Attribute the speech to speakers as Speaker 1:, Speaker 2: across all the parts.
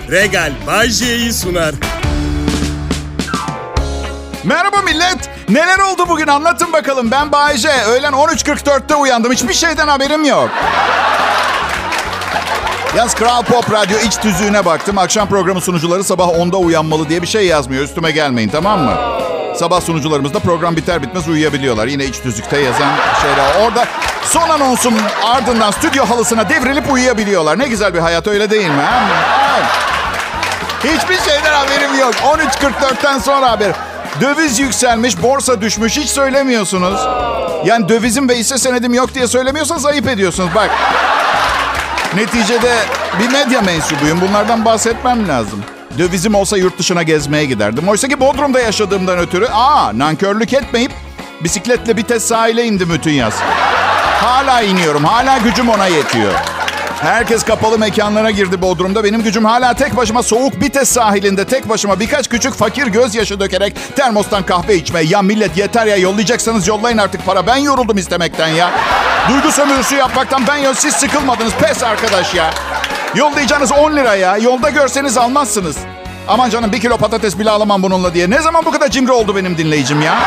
Speaker 1: Regal Bay J'yi sunar.
Speaker 2: Merhaba millet. Neler oldu bugün anlatın bakalım. Ben Bay J. Öğlen 13.44'te uyandım. Hiçbir şeyden haberim yok. Yalnız Kral Pop Radyo iç tüzüğüne baktım. Akşam programı sunucuları sabah 10'da uyanmalı diye bir şey yazmıyor. Üstüme gelmeyin, tamam mı? Sabah sunucularımız da program biter bitmez uyuyabiliyorlar. Yine iç tüzükte yazan şeyler. Orada son anonsun ardından stüdyo halısına devrilip uyuyabiliyorlar. Ne güzel bir hayat, öyle değil mi? Ha? Evet. Hiçbir şeyden haberim yok. 13.44'ten sonra haber. Döviz yükselmiş, borsa düşmüş. Hiç söylemiyorsunuz. Yani dövizim ve hisse senedim yok diye söylemiyorsanız ayıp ediyorsunuz. Bak. Neticede bir medya mensubuyum. Bunlardan bahsetmem lazım. Dövizim olsa yurt dışına gezmeye giderdim. Oysa ki Bodrum'da yaşadığımdan ötürü nankörlük etmeyip bisikletle Bites sahile indim bütün yaz. Hala iniyorum. Hala gücüm ona yetiyor. Herkes kapalı mekanlara girdi Bodrum'da. Benim gücüm hala tek başıma soğuk Bites sahilinde tek başıma birkaç küçük fakir gözyaşı dökerek termostan kahve içmeye. Ya millet yeter ya, yollayacaksanız yollayın artık para. Ben yoruldum istemekten ya. Duygu sömürüsü yapmaktan siz sıkılmadınız. Pes arkadaş ya. Yollayacağınız 10 lira ya. Yolda görseniz almazsınız. Aman canım 1 kilo patates bile alamam bununla diye. Ne zaman bu kadar cimri oldu benim dinleyicim ya?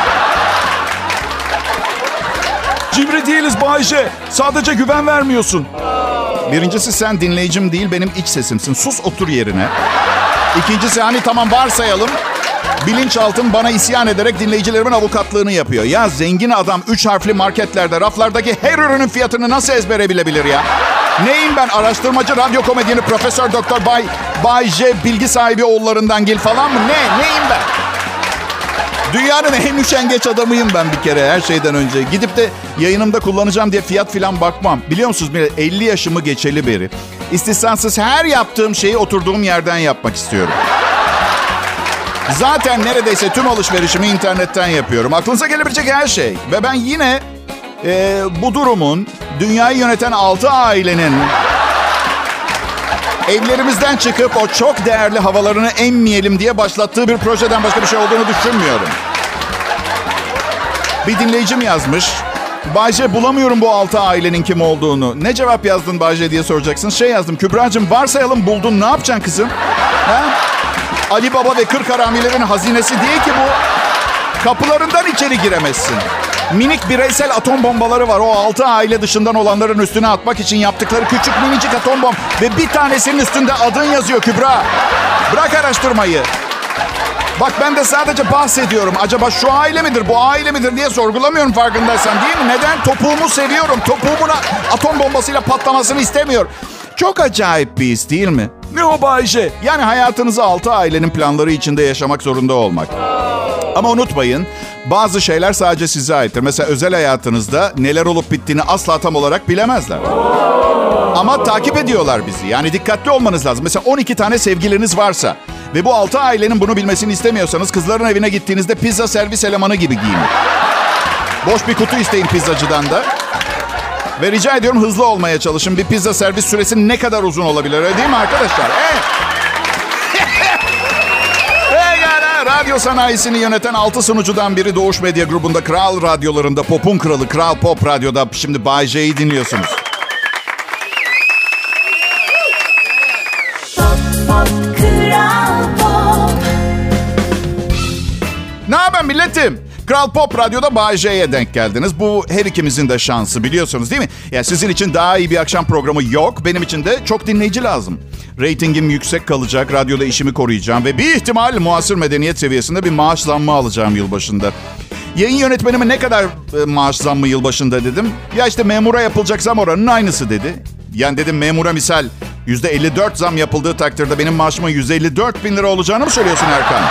Speaker 2: Cimri değiliz Bay J. Sadece güven vermiyorsun. Birincisi sen dinleyicim değil benim iç sesimsin. Sus otur yerine. İkincisi tamam varsayalım. Bilinçaltım bana isyan ederek dinleyicilerimin avukatlığını yapıyor. Ya zengin adam 3 harfli marketlerde raflardaki her ürünün fiyatını nasıl ezbere bilebilir ya? Neyim ben, araştırmacı radyo komedyeni Profesör Doktor Bay J bilgi sahibi oğullarından gel falan mı? Neyim ben? Dünyanın en üşengeç adamıyım ben bir kere her şeyden önce. Gidip de yayınımda kullanacağım diye fiyat filan bakmam. Biliyor musunuz 50 yaşımı geçeli beri istisnasız her yaptığım şeyi oturduğum yerden yapmak istiyorum. Zaten neredeyse tüm alışverişimi internetten yapıyorum. Aklınıza gelebilecek her şey. Ve ben yine bu durumun dünyayı yöneten 6 ailenin evlerimizden çıkıp o çok değerli havalarını emmeyelim diye başlattığı bir projeden başka bir şey olduğunu düşünmüyorum. Bir dinleyicim yazmış. Bay J, bulamıyorum bu 6 ailenin kim olduğunu. Ne cevap yazdın Bay J diye soracaksın. Yazdım. Kübra'cığım varsayalım buldun, ne yapacaksın kızım? Ha? Ali Baba ve 40 haramilerin hazinesi değil ki bu. Kapılarından içeri giremezsin. Minik bireysel atom bombaları var. O 6 aile dışından olanların üstüne atmak için yaptıkları küçük minicik atom bomb. Ve bir tanesinin üstünde adın yazıyor Kübra. Bırak araştırmayı. Bak ben de sadece bahsediyorum. Acaba şu aile midir, bu aile midir diye sorgulamıyorum farkındaysan değil mi? Neden? Topuğumu seviyorum. Topuğumun atom bombasıyla patlamasını istemiyorum. Çok acayip bir his değil mi? Ne o Bay J? Yani hayatınızı 6 ailenin planları içinde yaşamak zorunda olmak. Ama unutmayın, bazı şeyler sadece size aittir. Mesela özel hayatınızda neler olup bittiğini asla tam olarak bilemezler. Ama takip ediyorlar bizi. Yani dikkatli olmanız lazım. Mesela 12 tane sevgiliniz varsa ve bu 6 ailenin bunu bilmesini istemiyorsanız kızların evine gittiğinizde pizza servis elemanı gibi giyinin. Boş bir kutu isteyin pizzacıdan da. Ve rica ediyorum hızlı olmaya çalışın. Bir pizza servis süresi ne kadar uzun olabilir, öyle değil mi arkadaşlar? Radyo sanayisini yöneten 6 sunucudan biri Doğuş Medya Grubu'nda Kral Radyolarında Pop'un kralı Kral Pop Radyo'da şimdi Bay J'yi dinliyorsunuz. Ne haber milletim? Kral Pop Radyo'da Bay J'ye denk geldiniz. Bu her ikimizin de şansı, biliyorsunuz değil mi? Ya sizin için daha iyi bir akşam programı yok. Benim için de çok dinleyici lazım. Reytingim yüksek kalacak. Radyoda işimi koruyacağım. Ve bir ihtimal muasır medeniyet seviyesinde bir maaş zammı alacağım yılbaşında. Yayın yönetmenime ne kadar maaş zammı yılbaşında dedim. Ya işte memura yapılacak zam oranının aynısı dedi. Yani dedim memura misal %54 zam yapıldığı takdirde benim maaşımın 154 bin lira olacağını mı söylüyorsun Erkan?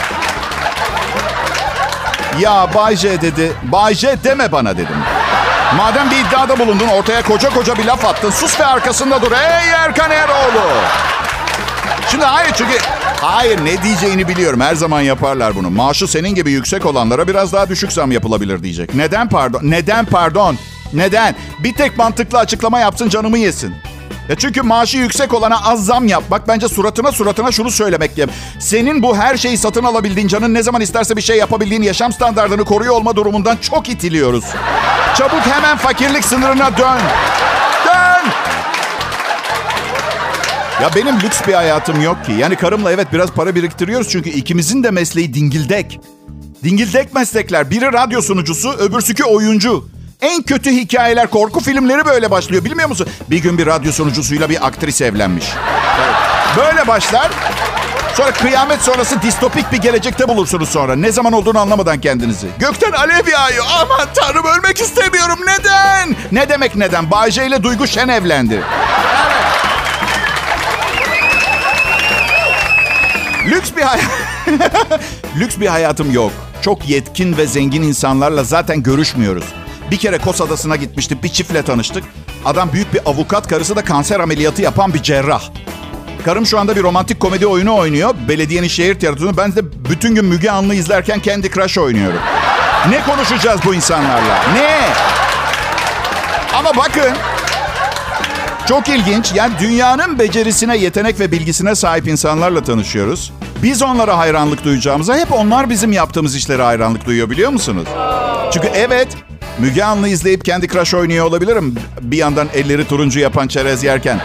Speaker 2: Ya Bay J dedi. Bay J deme bana dedim. Madem bir iddiada bulundun, ortaya koca bir laf attın. Sus ve arkasında dur. Ey Erkan Eroğlu. Şimdi hayır ne diyeceğini biliyorum. Her zaman yaparlar bunu. Maaşı senin gibi yüksek olanlara biraz daha düşük zam yapılabilir diyecek. Neden pardon? Neden? Bir tek mantıklı açıklama yapsın, canımı yesin. Çünkü maaşı yüksek olana az zam yapmak bence suratına şunu söylemek gibi. Senin bu her şeyi satın alabildiğin, canın ne zaman isterse bir şey yapabildiğin yaşam standartını koruyor olma durumundan çok itiliyoruz. Çabuk hemen fakirlik sınırına dön. Dön! Ya benim lüks bir hayatım yok ki. Yani karımla evet biraz para biriktiriyoruz çünkü ikimizin de mesleği dingildek. Dingildek meslekler. Biri radyo sunucusu, öbürsükü oyuncu. En kötü hikayeler, korku filmleri böyle başlıyor. Bilmiyor musun? Bir gün bir radyo sunucusuyla bir aktris evlenmiş. Evet. Böyle başlar. Sonra kıyamet sonrası distopik bir gelecekte bulursunuz sonra. Ne zaman olduğunu anlamadan kendinizi. Gökten alev yağıyor. Aman tanrım ölmek istemiyorum. Neden? Ne demek neden? Bay J ile Duygu Şen evlendi. Lüks bir hayatım yok. Çok yetkin ve zengin insanlarla zaten görüşmüyoruz. Bir kere Kos Adası'na gitmiştik. Bir çiftle tanıştık. Adam büyük bir avukat, karısı da kanser ameliyatı yapan bir cerrah. Karım şu anda bir romantik komedi oyunu oynuyor. Belediyenin şehir tiyatrosunu. Ben de bütün gün Müge Anlı izlerken Candy Crush oynuyorum. Ne konuşacağız bu insanlarla? Ne? Ama bakın. Çok ilginç. Yani dünyanın becerisine, yetenek ve bilgisine sahip insanlarla tanışıyoruz. Biz onlara hayranlık duyacağımıza hep onlar bizim yaptığımız işlere hayranlık duyuyor biliyor musunuz? Çünkü evet, Müge Anlı izleyip Candy Crush oynuyor olabilirim. Bir yandan elleri turuncu yapan çerez yerken.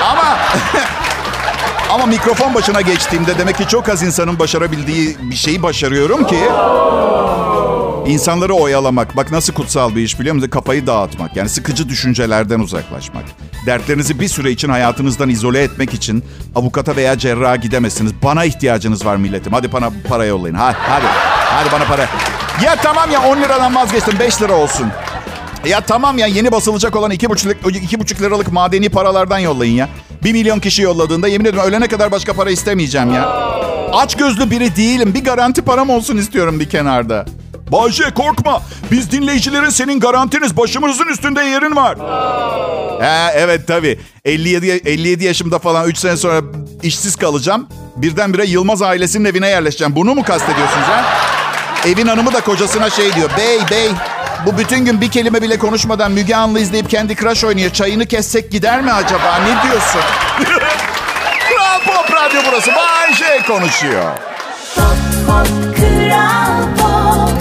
Speaker 2: Ama mikrofon başına geçtiğimde demek ki çok az insanın başarabildiği bir şeyi başarıyorum ki... İnsanları oyalamak. Bak nasıl kutsal bir iş biliyor musun? Kafayı dağıtmak. Yani sıkıcı düşüncelerden uzaklaşmak. Dertlerinizi bir süre için hayatınızdan izole etmek için avukata veya cerraha gidemezsiniz. Bana ihtiyacınız var milletim. Hadi bana para yollayın. Hadi bana para. Ya tamam ya 10 liradan vazgeçtim 5 lira olsun. Ya tamam ya yeni basılacak olan 2,5 liralık madeni paralardan yollayın ya. 1 milyon kişi yolladığında yemin ederim ölene kadar başka para istemeyeceğim ya. Aç gözlü biri değilim. Bir garanti param olsun istiyorum bir kenarda. Bayce korkma. Biz dinleyicilerin senin garantiniz. Başımızın üstünde yerin var. Evet tabii. 57 yaşımda falan 3 sene sonra işsiz kalacağım. Birdenbire Yılmaz ailesinin evine yerleşeceğim. Bunu mu kastediyorsunuz ha? Evin hanımı da kocasına şey diyor. Bey bu bütün gün bir kelime bile konuşmadan Müge Anlı izleyip Candy Crush oynuyor. Çayını kessek gider mi acaba? Ne diyorsun? Kral Pop Radyo burası. Bay J konuşuyor.
Speaker 3: Pop, pop, Kral Pop.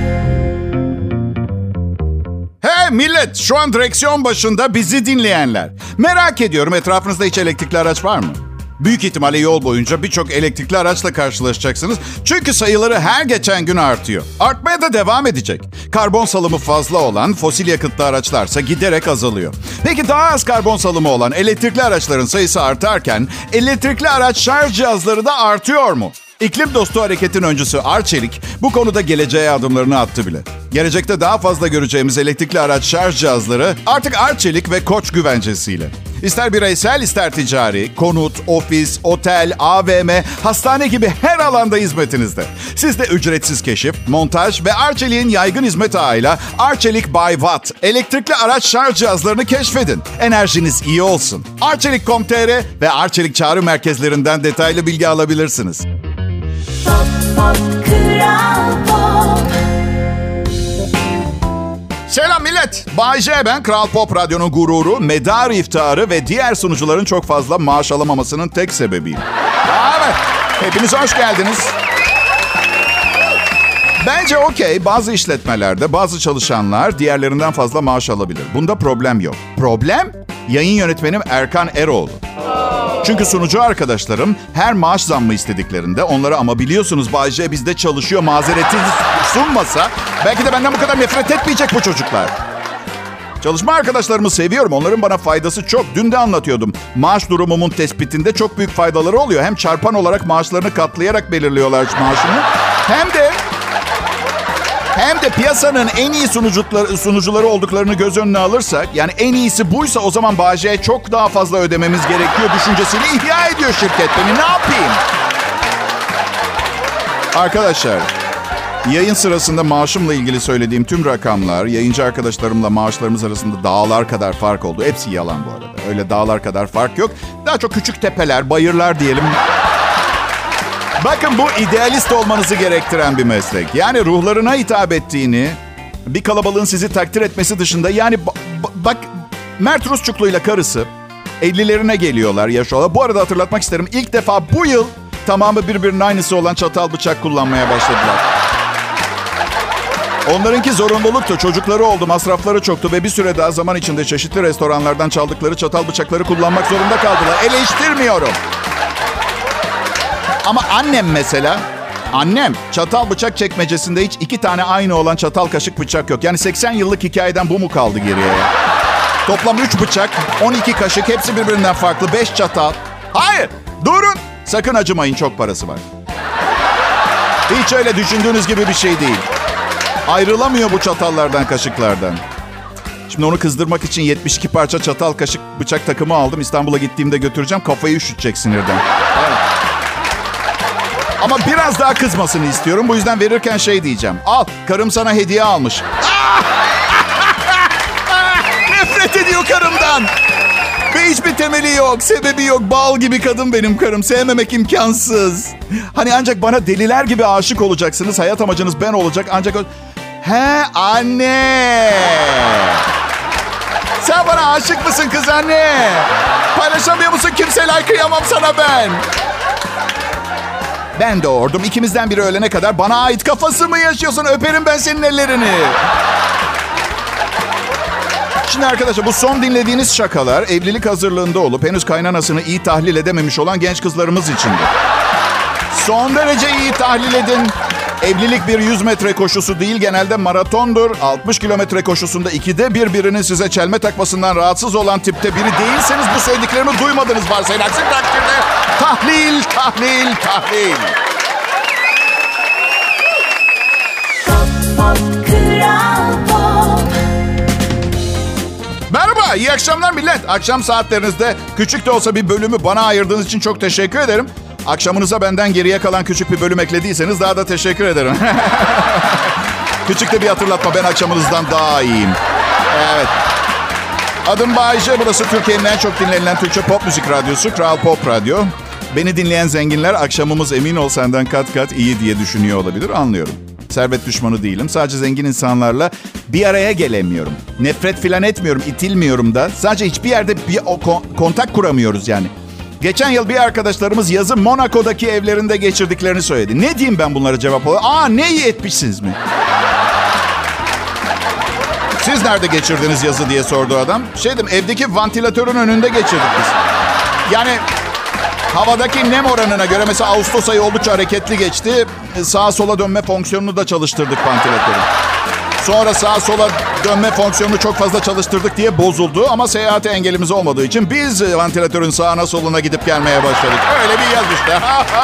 Speaker 2: Hey millet, şu an direksiyon başında bizi dinleyenler. Merak ediyorum, etrafınızda hiç elektrikli araç var mı? Büyük ihtimalle yol boyunca birçok elektrikli araçla karşılaşacaksınız. Çünkü sayıları her geçen gün artıyor. Artmaya da devam edecek. Karbon salımı fazla olan fosil yakıtlı araçlarsa giderek azalıyor. Peki daha az karbon salımı olan elektrikli araçların sayısı artarken elektrikli araç şarj cihazları da artıyor mu? İklim dostu hareketin öncüsü Arçelik bu konuda geleceğe adımlarını attı bile. Gelecekte daha fazla göreceğimiz elektrikli araç şarj cihazları artık Arçelik ve Koç güvencesiyle. İster bireysel ister ticari, konut, ofis, otel, AVM, hastane gibi her alanda hizmetinizde. Siz de ücretsiz keşif, montaj ve Arçelik'in yaygın hizmet ağıyla Arçelik by Watt elektrikli araç şarj cihazlarını keşfedin. Enerjiniz iyi olsun. Arçelik.com.tr ve Arçelik çağrı merkezlerinden detaylı bilgi alabilirsiniz.
Speaker 3: Pop, pop, Kral Pop.
Speaker 2: Selam millet. Bay J ben. Kral Pop Radyo'nun gururu, medar iftiharı ve diğer sunucuların çok fazla maaş alamamasının tek sebebiyim. Evet. Hepiniz hoş geldiniz. Bence okey. Bazı işletmelerde bazı çalışanlar diğerlerinden fazla maaş alabilir. Bunda problem yok. Problem yayın yönetmenim Erkan Eroğlu. Çünkü sunucu arkadaşlarım her maaş zammı istediklerinde onlara ama biliyorsunuz Bay J bizde çalışıyor mazereti sunmasa belki de benden bu kadar nefret etmeyecek bu çocuklar. Çalışma arkadaşlarımı seviyorum. Onların bana faydası çok. Dün de anlatıyordum. Maaş durumumun tespitinde çok büyük faydaları oluyor. Hem çarpan olarak maaşlarını katlayarak belirliyorlar maaşını. Hem de piyasanın en iyi sunucuları olduklarını göz önüne alırsak, yani en iyisi buysa o zaman Bağcay'a çok daha fazla ödememiz gerekiyor düşüncesiyle ihya ediyor şirket beni. Ne yapayım? Arkadaşlar, yayın sırasında maaşımla ilgili söylediğim tüm rakamlar, yayıncı arkadaşlarımla maaşlarımız arasında dağlar kadar fark oldu. Hepsi yalan bu arada. Öyle dağlar kadar fark yok. Daha çok küçük tepeler, bayırlar diyelim. Bakın bu idealist olmanızı gerektiren bir meslek. Yani ruhlarına hitap ettiğini, bir kalabalığın sizi takdir etmesi dışında... Yani bak Mert Rusçuklu ile karısı 50'lerine geliyorlar yaş olarak. Bu arada hatırlatmak isterim. İlk defa bu yıl tamamı birbirinin aynısı olan çatal bıçak kullanmaya başladılar. Onlarınki zorunluluktu. Çocukları oldu, masrafları çoktu ve bir süre daha zaman içinde çeşitli restoranlardan çaldıkları çatal bıçakları kullanmak zorunda kaldılar. Eleştirmiyorum. Ama annem mesela, annem çatal bıçak çekmecesinde hiç 2 tane aynı olan çatal kaşık bıçak yok. Yani 80 yıllık hikayeden bu mu kaldı geriye? Toplam 3 bıçak, 12 kaşık, hepsi birbirinden farklı, 5 çatal. Hayır, durun. Sakın acımayın, çok parası var. Hiç öyle düşündüğünüz gibi bir şey değil. Ayrılamıyor bu çatallardan, kaşıklardan. Şimdi onu kızdırmak için 72 parça çatal, kaşık, bıçak takımı aldım. İstanbul'a gittiğimde götüreceğim. Kafayı üşütecek sinirden. Evet. Ama biraz daha kızmasını istiyorum. Bu yüzden verirken şey diyeceğim. Al, karım sana hediye almış. Nefret ediyor karımdan. Ve hiçbir temeli yok, sebebi yok. Bal gibi kadın benim karım. Sevmemek imkansız. Hani ancak bana deliler gibi aşık olacaksınız. Hayat amacınız ben olacak. Ancak he anne. Sen bana aşık mısın kız anne? Paylaşamıyor musun kimseyle? Kıyamam sana ben. Ben doğurdum. İkimizden biri ölene kadar bana ait kafası mı yaşıyorsun? Öperim ben senin ellerini. Şimdi arkadaşlar, bu son dinlediğiniz şakalar evlilik hazırlığında olup henüz kaynanasını iyi tahlil edememiş olan genç kızlarımız içindir. Son derece iyi tahlil edin. Evlilik bir 100 metre koşusu değil, genelde maratondur. 60 kilometre koşusunda 2'de birinin size çelme takmasından rahatsız olan tipte biri değilseniz bu söylediklerimi duymadınız varsayın. Aksi takdirde tahlil, tahlil, tahlil. Merhaba, iyi akşamlar millet. Akşam saatlerinizde küçük de olsa bir bölümü bana ayırdığınız için çok teşekkür ederim. Akşamınıza benden geriye kalan küçük bir bölüm eklediyseniz daha da teşekkür ederim. Küçük de bir hatırlatma, ben akşamınızdan daha iyiyim. Evet. Adım Bayce, burası Türkiye'nin en çok dinlenilen Türkçe pop müzik radyosu, Kral Pop Radyo. Beni dinleyen zenginler akşamımız emin ol senden kat kat iyi diye düşünüyor olabilir, anlıyorum. Servet düşmanı değilim. Sadece zengin insanlarla bir araya gelemiyorum. Nefret filan etmiyorum, itilmiyorum da. Sadece hiçbir yerde bir kontak kuramıyoruz yani. Geçen yıl bir arkadaşlarımız yazı Monaco'daki evlerinde geçirdiklerini söyledi. Ne diyeyim ben bunlara cevap olarak? Ne iyi etmişsiniz mi? Siz nerede geçirdiniz yazı diye sordu adam. Dedim, evdeki vantilatörün önünde geçirdik biz. Yani havadaki nem oranına göre mesela Ağustos ayı oldukça hareketli geçti. Sağa sola dönme fonksiyonunu da çalıştırdık vantilatörün. Sonra sağa sola dönme fonksiyonunu çok fazla çalıştırdık diye bozuldu. Ama seyahate engelimiz olmadığı için biz vantilatörün sağına soluna gidip gelmeye başladık. Öyle bir yaz işte.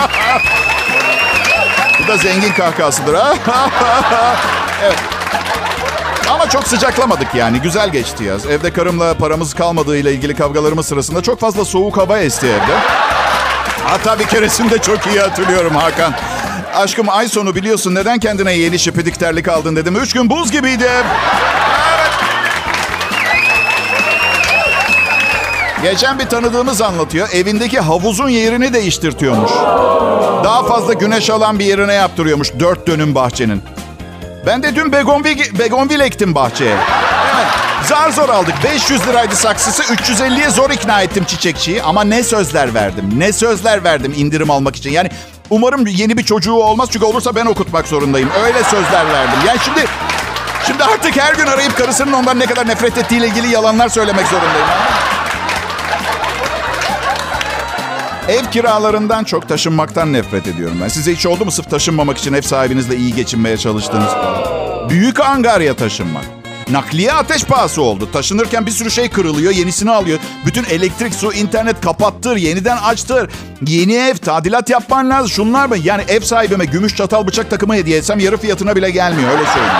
Speaker 2: Bu da zengin kahkahasıdır. Evet. Ama çok sıcaklamadık yani. Güzel geçti yaz. Evde karımla paramız kalmadığıyla ilgili kavgalarımız sırasında çok fazla soğuk hava esti evde. Hatta bir keresinde çok iyi hatırlıyorum Hakan. Aşkım, ay sonu biliyorsun, neden kendine yeni şipidik terlik aldın dedim. 3 gün buz gibiydi. Evet. Geçen bir tanıdığımız anlatıyor. Evindeki havuzun yerini değiştirtiyormuş. Daha fazla güneş alan bir yerine yaptırıyormuş 4 dönüm bahçenin. Ben de dün begonvil ektim bahçeye. Evet. Zar zor aldık. 500 liraydı saksısı. 350'ye zor ikna ettim çiçekçiyi. Ama ne sözler verdim. Ne sözler verdim indirim almak için. Yani umarım yeni bir çocuğu olmaz. Çünkü olursa ben okutmak zorundayım. Öyle sözler verdim. Yani şimdi artık her gün arayıp karısının ondan ne kadar nefret ettiğiyle ilgili yalanlar söylemek zorundayım. Ev kiralarından çok taşınmaktan nefret ediyorum ben. Size hiç oldu mu sırf taşınmamak için ev sahibinizle iyi geçinmeye çalıştığınız falan? Büyük angarya taşınmak. Nakliye ateş pahası oldu. Taşınırken bir sürü şey kırılıyor, yenisini alıyor. Bütün elektrik, su, internet kapattır, yeniden açtır. Yeni ev, tadilat yapman lazım. Şunlar mı? Yani ev sahibime gümüş çatal bıçak takımı hediye etsem yarı fiyatına bile gelmiyor. Öyle söyleyeyim.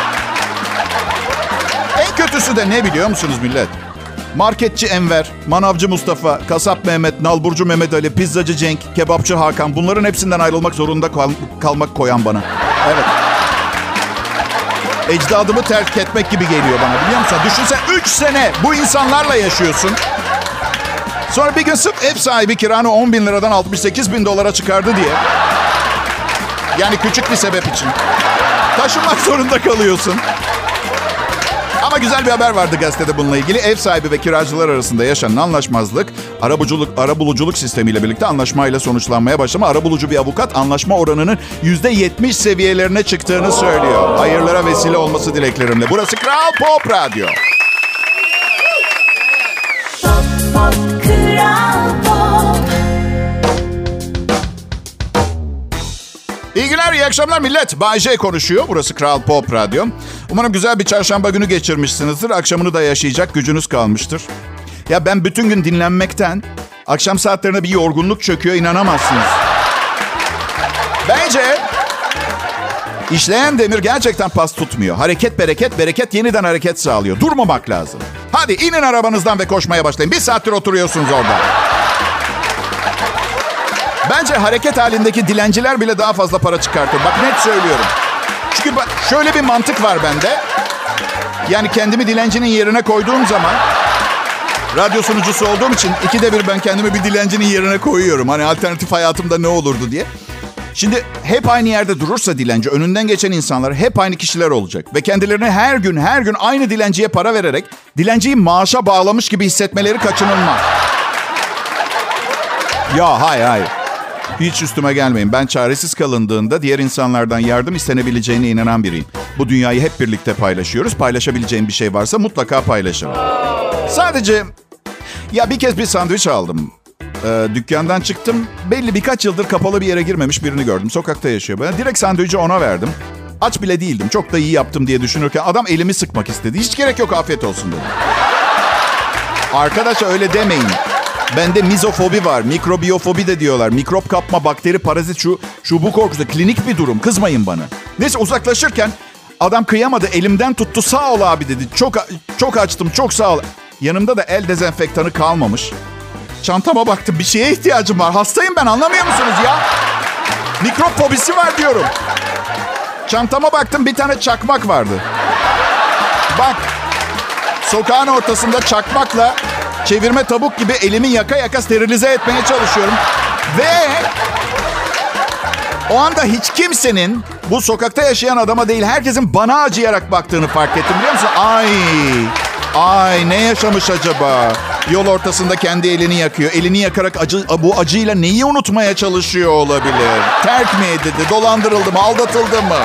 Speaker 2: En kötüsü de ne biliyor musunuz millet? Marketçi Enver, manavcı Mustafa, kasap Mehmet, nalburcu Mehmet Ali, pizzacı Cenk, kebapçı Hakan. Bunların hepsinden ayrılmak zorunda kalmak koyan bana. Evet. Ecdadımı terk etmek gibi geliyor bana, biliyor musun? Düşünsen 3 sene bu insanlarla yaşıyorsun. Sonra bir gün sırf ev sahibi kiranı 10 bin liradan 68 bin dolara çıkardı diye. Yani küçük bir sebep için. Taşınmak zorunda kalıyorsun. Ama güzel bir haber vardı gazetede bununla ilgili. Ev sahibi ve kiracılar arasında yaşanan anlaşmazlık arabuluculuk sistemiyle birlikte anlaşmayla sonuçlanmaya başlama. Arabulucu bir avukat anlaşma oranının %70 seviyelerine çıktığını söylüyor. Hayırlara vesile olması dileklerimle. Burası Kral Pop Radyo.
Speaker 3: Pop, pop, Kral Pop.
Speaker 2: İyi günler, iyi akşamlar millet. Bay J konuşuyor. Burası Kral Pop Radyo. Umarım güzel bir çarşamba günü geçirmişsinizdir. Akşamını da yaşayacak gücünüz kalmıştır. Ya ben bütün gün dinlenmekten akşam saatlerine bir yorgunluk çöküyor, inanamazsınız. Bence işleyen demir gerçekten pas tutmuyor. Hareket bereket, bereket yeniden hareket sağlıyor. Durmamak lazım. Hadi inin arabanızdan ve koşmaya başlayın. Bir saattir oturuyorsunuz orada. Bence hareket halindeki dilenciler bile daha fazla para çıkartır. Bak net söylüyorum. Çünkü şöyle bir mantık var bende. Yani kendimi dilencinin yerine koyduğum zaman... Radyo sunucusu olduğum için ikide bir ben kendimi bir dilencinin yerine koyuyorum. Hani alternatif hayatımda ne olurdu diye. Şimdi hep aynı yerde durursa dilenci, önünden geçen insanlar hep aynı kişiler olacak. Ve kendilerini her gün aynı dilenciye para vererek dilenciyi maaşa bağlamış gibi hissetmeleri kaçınılmaz. Ya hayır. Hiç üstüme gelmeyin. Ben çaresiz kalındığında diğer insanlardan yardım istenebileceğine inanan biriyim. Bu dünyayı hep birlikte paylaşıyoruz. Paylaşabileceğim bir şey varsa mutlaka paylaşırım. Sadece bir kez bir sandviç aldım. Dükkandan çıktım. Belli birkaç yıldır kapalı bir yere girmemiş birini gördüm. Sokakta yaşıyor. Ben direkt sandviçi ona verdim. Aç bile değildim. Çok da iyi yaptım diye düşünürken adam elimi sıkmak istedi. Hiç gerek yok, afiyet olsun dedi. Arkadaşlar öyle demeyin. Bende mizofobi var. Mikrobiyofobi de diyorlar. Mikrop kapma, bakteri, parazit, şu bu korkusu. Klinik bir durum. Kızmayın bana. Neyse uzaklaşırken adam kıyamadı. Elimden tuttu. Sağ ol abi dedi. Çok açtım. Çok sağ ol. Yanımda da el dezenfektanı kalmamış. Çantama baktım. Bir şeye ihtiyacım var. Hastayım ben, anlamıyor musunuz ya? Mikrop fobisi var diyorum. Çantama baktım, bir tane çakmak vardı. Bak. Sokağın ortasında çakmakla çevirme tavuk gibi elimi yaka yaka sterilize etmeye çalışıyorum. Ve o anda hiç kimsenin bu sokakta yaşayan adama değil, herkesin bana acıyarak baktığını fark ettim, biliyor musun? Ay ne yaşamış acaba? Yol ortasında kendi elini yakıyor. Elini yakarak bu acıyla neyi unutmaya çalışıyor olabilir? Terk mi edildi? Dolandırıldı mı? Aldatıldı mı?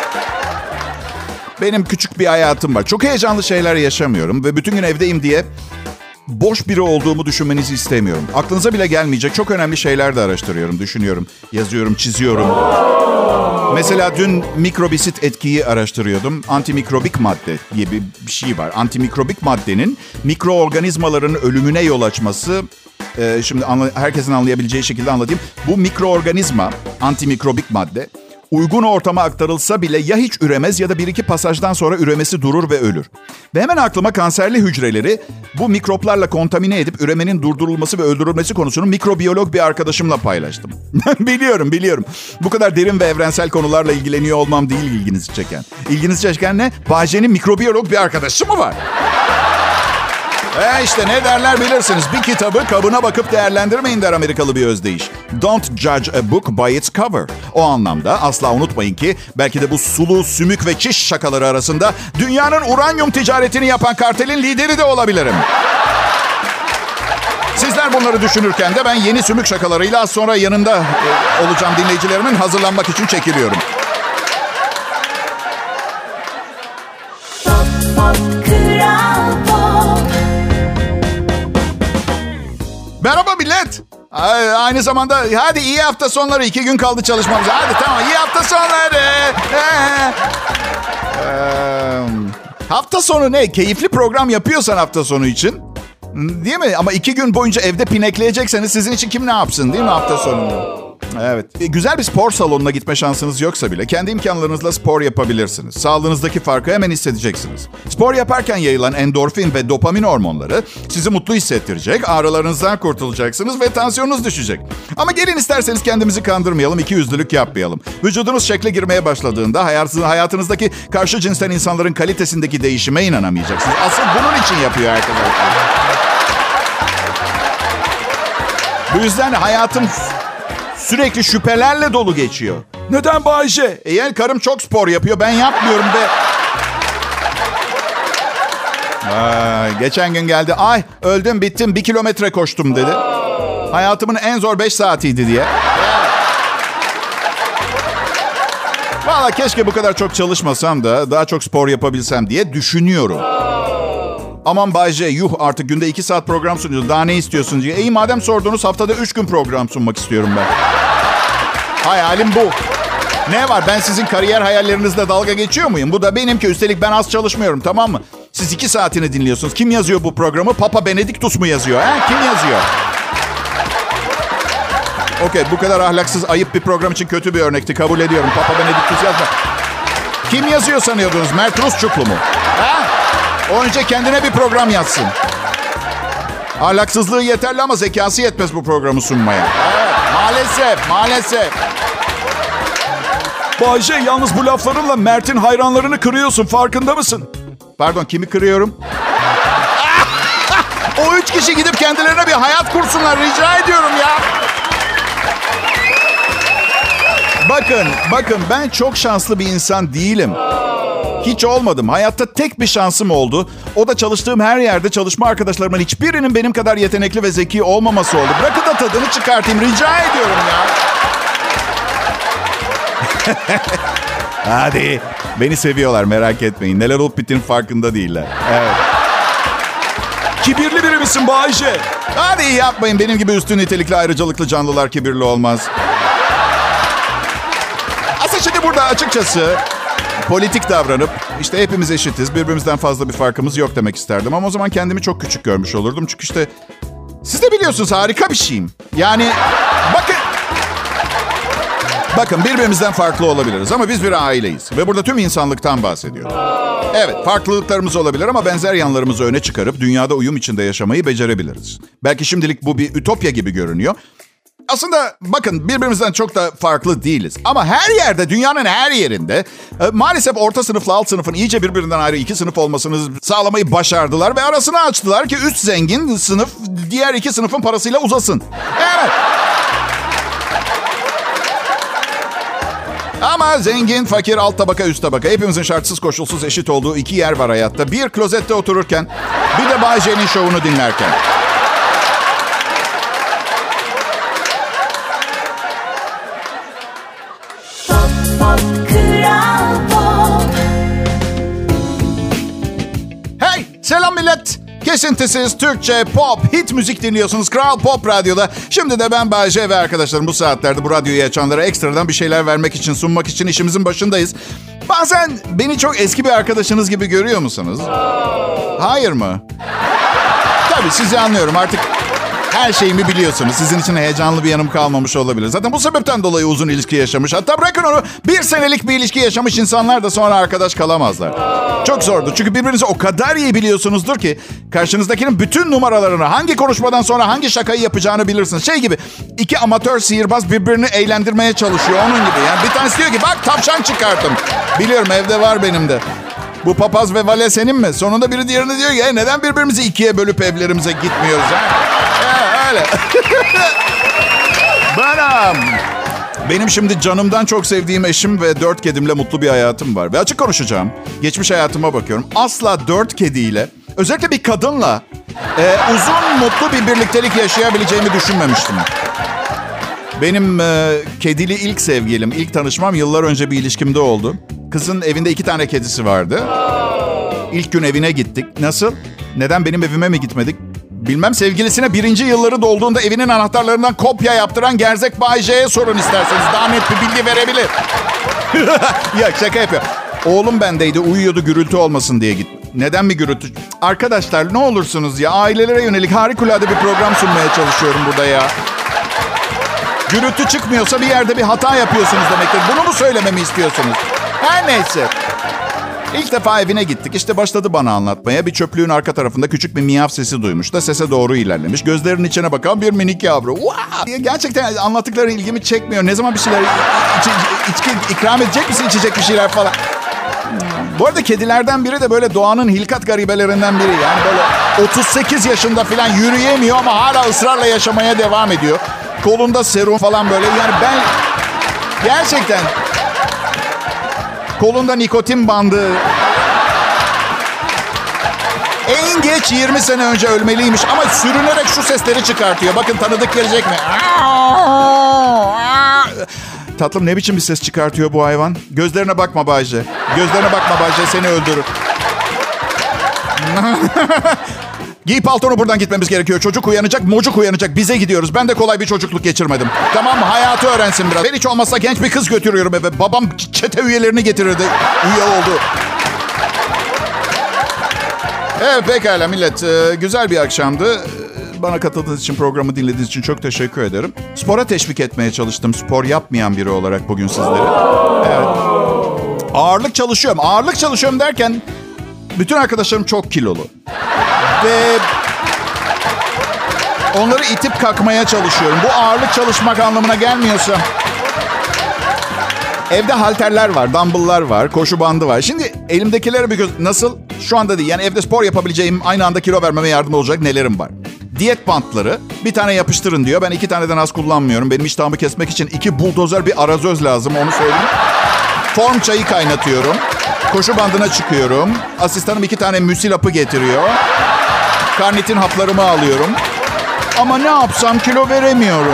Speaker 2: Benim küçük bir hayatım var. Çok heyecanlı şeyler yaşamıyorum ve bütün gün evdeyim diye boş biri olduğumu düşünmenizi istemiyorum. Aklınıza bile gelmeyecek çok önemli şeyler de araştırıyorum, düşünüyorum, yazıyorum, çiziyorum. Mesela dün mikrobisit etkiyi araştırıyordum. Antimikrobik madde diye bir şey var. Antimikrobik maddenin mikroorganizmaların ölümüne yol açması... Şimdi herkesin anlayabileceği şekilde anlatayım. Bu mikroorganizma, antimikrobik madde... Uygun ortama aktarılsa bile ya hiç üremez ya da bir iki pasajdan sonra üremesi durur ve ölür. Ve hemen aklıma kanserli hücreleri bu mikroplarla kontamine edip üremenin durdurulması ve öldürülmesi konusunu mikrobiyolog bir arkadaşımla paylaştım. Biliyorum. Bu kadar derin ve evrensel konularla ilgileniyor olmam değil ilginizi çeken. İlginizi çeken ne? Bahçe'nin mikrobiyolog bir arkadaşı mı var? İşte ne derler bilirsiniz. Bir kitabı kabına bakıp değerlendirmeyin der Amerikalı bir özdeyiş. Don't judge a book by its cover. O anlamda asla unutmayın ki belki de bu sulu, sümük ve çiş şakaları arasında dünyanın uranyum ticaretini yapan kartelin lideri de olabilirim. Sizler bunları düşünürken de ben yeni sümük şakalarıyla az sonra yanında olacağım dinleyicilerimin, hazırlanmak için çekiliyorum.
Speaker 3: Pop, pop, Kral Pop.
Speaker 2: Merhaba millet. Aynı zamanda hadi iyi hafta sonları. 2 gün kaldı çalışmamıza. Hadi tamam, iyi hafta sonları. Hafta sonu ne? Keyifli program yapıyorsan hafta sonu için. Değil mi? Ama 2 gün boyunca evde pinekleyecekseniz sizin için kim ne yapsın, değil mi hafta sonunda? Evet. Güzel bir spor salonuna gitme şansınız yoksa bile kendi imkanlarınızla spor yapabilirsiniz. Sağlığınızdaki farkı hemen hissedeceksiniz. Spor yaparken yayılan endorfin ve dopamin hormonları sizi mutlu hissettirecek, ağrılarınızdan kurtulacaksınız ve tansiyonunuz düşecek. Ama gelin isterseniz kendimizi kandırmayalım, ikiyüzlülük yapmayalım. Vücudunuz şekle girmeye başladığında hayatınızdaki karşı cinsten insanların kalitesindeki değişime inanamayacaksınız. Asıl bunun için yapıyor arkadaşlar. Bu yüzden hayatım sürekli şüphelerle dolu geçiyor. Neden Bayşe? Yani karım çok spor yapıyor, ben yapmıyorum ve... Geçen gün geldi. Ay öldüm bittim 1 kilometre koştum dedi. Hayatımın en zor 5 saatiydi diye. Valla keşke bu kadar çok çalışmasam da daha çok spor yapabilsem diye düşünüyorum. Aman Bay J, yuh artık günde 2 saat program sunuyorsun. Daha ne istiyorsun diye. İyi madem sordunuz, haftada 3 gün program sunmak istiyorum ben. Hayalim bu. Ne var, ben sizin kariyer hayallerinizle dalga geçiyor muyum? Bu da benimki. Üstelik ben az çalışmıyorum, tamam mı? Siz 2 saatini dinliyorsunuz. Kim yazıyor bu programı? Papa Benediktus mu yazıyor? He? Kim yazıyor? Okey, bu kadar ahlaksız, ayıp bir program için kötü bir örnekti. Kabul ediyorum. Papa Benediktus yazma. Kim yazıyor sanıyordunuz? Mert Rusçuklu mu? Ha? O önce kendine bir program yazsın. Ahlaksızlığı yeterli ama zekası yetmez bu programı sunmaya. Evet, maalesef.
Speaker 1: Bayce, yalnız bu laflarınla Mert'in hayranlarını kırıyorsun. Farkında mısın?
Speaker 2: Pardon, kimi kırıyorum? O 3 kişi gidip kendilerine bir hayat kursunlar. Rica ediyorum ya. Bakın ben çok şanslı bir insan değilim. Hiç olmadım. Hayatta tek bir şansım oldu. O da çalıştığım her yerde çalışma arkadaşlarımın hiçbirinin benim kadar yetenekli ve zeki olmaması oldu. Bırakın da tadını çıkartayım. Rica ediyorum ya. Hadi. Beni seviyorlar, merak etmeyin. Neler olup bittiğinin farkında değiller. Evet.
Speaker 1: Kibirli biri misin Bayce?
Speaker 2: Hadi yapmayın. Benim gibi üstün nitelikli ayrıcalıklı canlılar kibirli olmaz. Aslında şimdi burada açıkçası politik davranıp işte hepimiz eşitiz, birbirimizden fazla bir farkımız yok demek isterdim. Ama o zaman kendimi çok küçük görmüş olurdum. Çünkü işte siz de biliyorsunuz harika bir şeyim. Yani bakın birbirimizden farklı olabiliriz ama biz bir aileyiz. Ve burada tüm insanlıktan bahsediyorum. Evet, farklılıklarımız olabilir ama benzer yanlarımızı öne çıkarıp dünyada uyum içinde yaşamayı becerebiliriz. Belki şimdilik bu bir ütopya gibi görünüyor. Aslında bakın birbirimizden çok da farklı değiliz. Ama her yerde, dünyanın her yerinde maalesef orta sınıfla alt sınıfın iyice birbirinden ayrı 2 sınıf olmasını sağlamayı başardılar. Ve arasını açtılar ki üst zengin sınıf diğer 2 sınıfın parasıyla uzasın. Evet. Ama zengin, fakir, alt tabaka, üst tabaka. Hepimizin şartsız koşulsuz eşit olduğu 2 yer var hayatta. Bir klozette otururken, bir de Bay J'nin şovunu dinlerken. Hey, selam millet. Kesintisiz Türkçe, pop, hit müzik dinliyorsunuz Kral Pop Radyo'da. Şimdi de ben Bay J ve arkadaşlarım bu saatlerde bu radyoyu açanlara ekstradan bir şeyler vermek için, sunmak için işimizin başındayız. Bazen beni çok eski bir arkadaşınız gibi görüyor musunuz? Hayır mı? Tabii sizi anlıyorum, artık her şeyimi biliyorsunuz. Sizin için heyecanlı bir yanım kalmamış olabilir. Zaten bu sebepten dolayı uzun ilişki yaşamış. Hatta bırakın onu, 1 senelik bir ilişki yaşamış insanlar da sonra arkadaş kalamazlar. Çok zordu. Çünkü birbirinizi o kadar iyi biliyorsunuzdur ki karşınızdakinin bütün numaralarını, hangi konuşmadan sonra hangi şakayı yapacağını bilirsiniz. Şey gibi, 2 amatör sihirbaz birbirini eğlendirmeye çalışıyor. Onun gibi. Yani bir tanesi diyor ki bak tavşan çıkarttım. Biliyorum, evde var benim de. Bu papaz ve vale senin mi? Sonunda biri diğerine diyor ki neden birbirimizi 2'ye bölüp evlerimize gitmiyoruz? Öyle. Benim şimdi canımdan çok sevdiğim eşim ve 4 kedimle mutlu bir hayatım var. Ve açık konuşacağım. Geçmiş hayatıma bakıyorum. Asla 4 kediyle, özellikle bir kadınla uzun mutlu bir birliktelik yaşayabileceğimi düşünmemiştim. Benim kedili ilk sevgilim, ilk tanışmam yıllar önce bir ilişkimde oldu. Kızın evinde 2 tane kedisi vardı. İlk gün evine gittik. Nasıl? Neden benim evime mi gitmedik? Bilmem, sevgilisine 1. yılları dolduğunda evinin anahtarlarından kopya yaptıran gerzek Bay J'ye sorun isterseniz. Daha net bir bilgi verebilir. Ya şaka yapıyor. Oğlum bendeydi, uyuyordu, gürültü olmasın diye git. Neden mi gürültü? Arkadaşlar ne olursunuz ya, ailelere yönelik harikulade bir program sunmaya çalışıyorum burada ya. Gürültü çıkmıyorsa bir yerde bir hata yapıyorsunuz demektir. Bunu mu söylememi istiyorsunuz? Her neyse. İlk defa evine gittik. İşte başladı bana anlatmaya. Bir çöplüğün arka tarafında küçük bir miyav sesi duymuş da sese doğru ilerlemiş. Gözlerinin içine bakan bir minik yavru. Wow! Gerçekten anlattıkları ilgimi çekmiyor. Ne zaman bir şeyler içki ikram edecek misin, içecek bir şeyler falan. Bu arada kedilerden biri de böyle doğanın hilkat garibelerinden biri. Yani böyle 38 yaşında falan yürüyemiyor ama hala ısrarla yaşamaya devam ediyor. Kolunda serum falan böyle. Yani ben gerçekten kolunda nikotin bandı. En geç 20 sene önce ölmeliymiş ama sürünerek şu sesleri çıkartıyor. Bakın tanıdık gelecek mi? Tatlım ne biçim bir ses çıkartıyor bu hayvan? Gözlerine bakma Bayce. Gözlerine bakma Bayce, seni öldürür. Giy paltonu, buradan gitmemiz gerekiyor. Çocuk uyanacak, mocuk uyanacak. Bize gidiyoruz. Ben de kolay bir çocukluk geçirmedim. Tamam mı? Hayatı öğrensin biraz. Ben hiç olmazsa genç bir kız götürüyorum eve. Babam çete üyelerini getirirdi. Üye oldu. Evet pekala millet. Güzel bir akşamdı. Bana katıldığınız için, programı dinlediğiniz için çok teşekkür ederim. Spora teşvik etmeye çalıştım. Spor yapmayan biri olarak bugün sizlere. Evet. Ağırlık çalışıyorum. Ağırlık çalışıyorum derken bütün arkadaşlarım çok kilolu. Ve onları itip kalkmaya çalışıyorum. Bu ağırlık çalışmak anlamına gelmiyorsa. Evde halterler var, dumbbell'lar var, koşu bandı var. Şimdi elimdekilere bir göz... Nasıl? Şu anda değil. Yani evde spor yapabileceğim, aynı anda kilo vermeme yardımcı olacak nelerim var? Diyet bantları. Bir tane yapıştırın diyor. Ben 2 taneden az kullanmıyorum. Benim iştahımı kesmek için 2 buldozer bir arazöz lazım, onu söyleyeyim. Form çayı kaynatıyorum. Koşu bandına çıkıyorum. Asistanım 2 tane müsil hapı getiriyor. Karnitin haplarımı alıyorum. Ama ne yapsam kilo veremiyorum.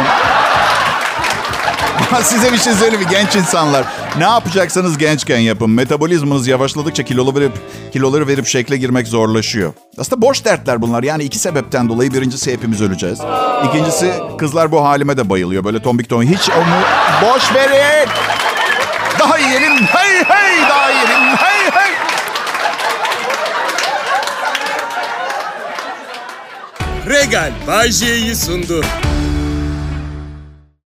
Speaker 2: Size bir şey söyleyeyim mi genç insanlar? Ne yapacaksanız gençken yapın. Metabolizmanız yavaşladıkça kiloları verip şekle girmek zorlaşıyor. Aslında boş dertler bunlar. Yani 2 sebepten dolayı. Birincisi hepimiz öleceğiz. İkincisi kızlar bu halime de bayılıyor. Böyle tombik tombik. Hiç onu boş verin. Daha yiyelim. Hey hey, daha yiyelim. Hey hey.
Speaker 4: Regal Bay J'yi sundu.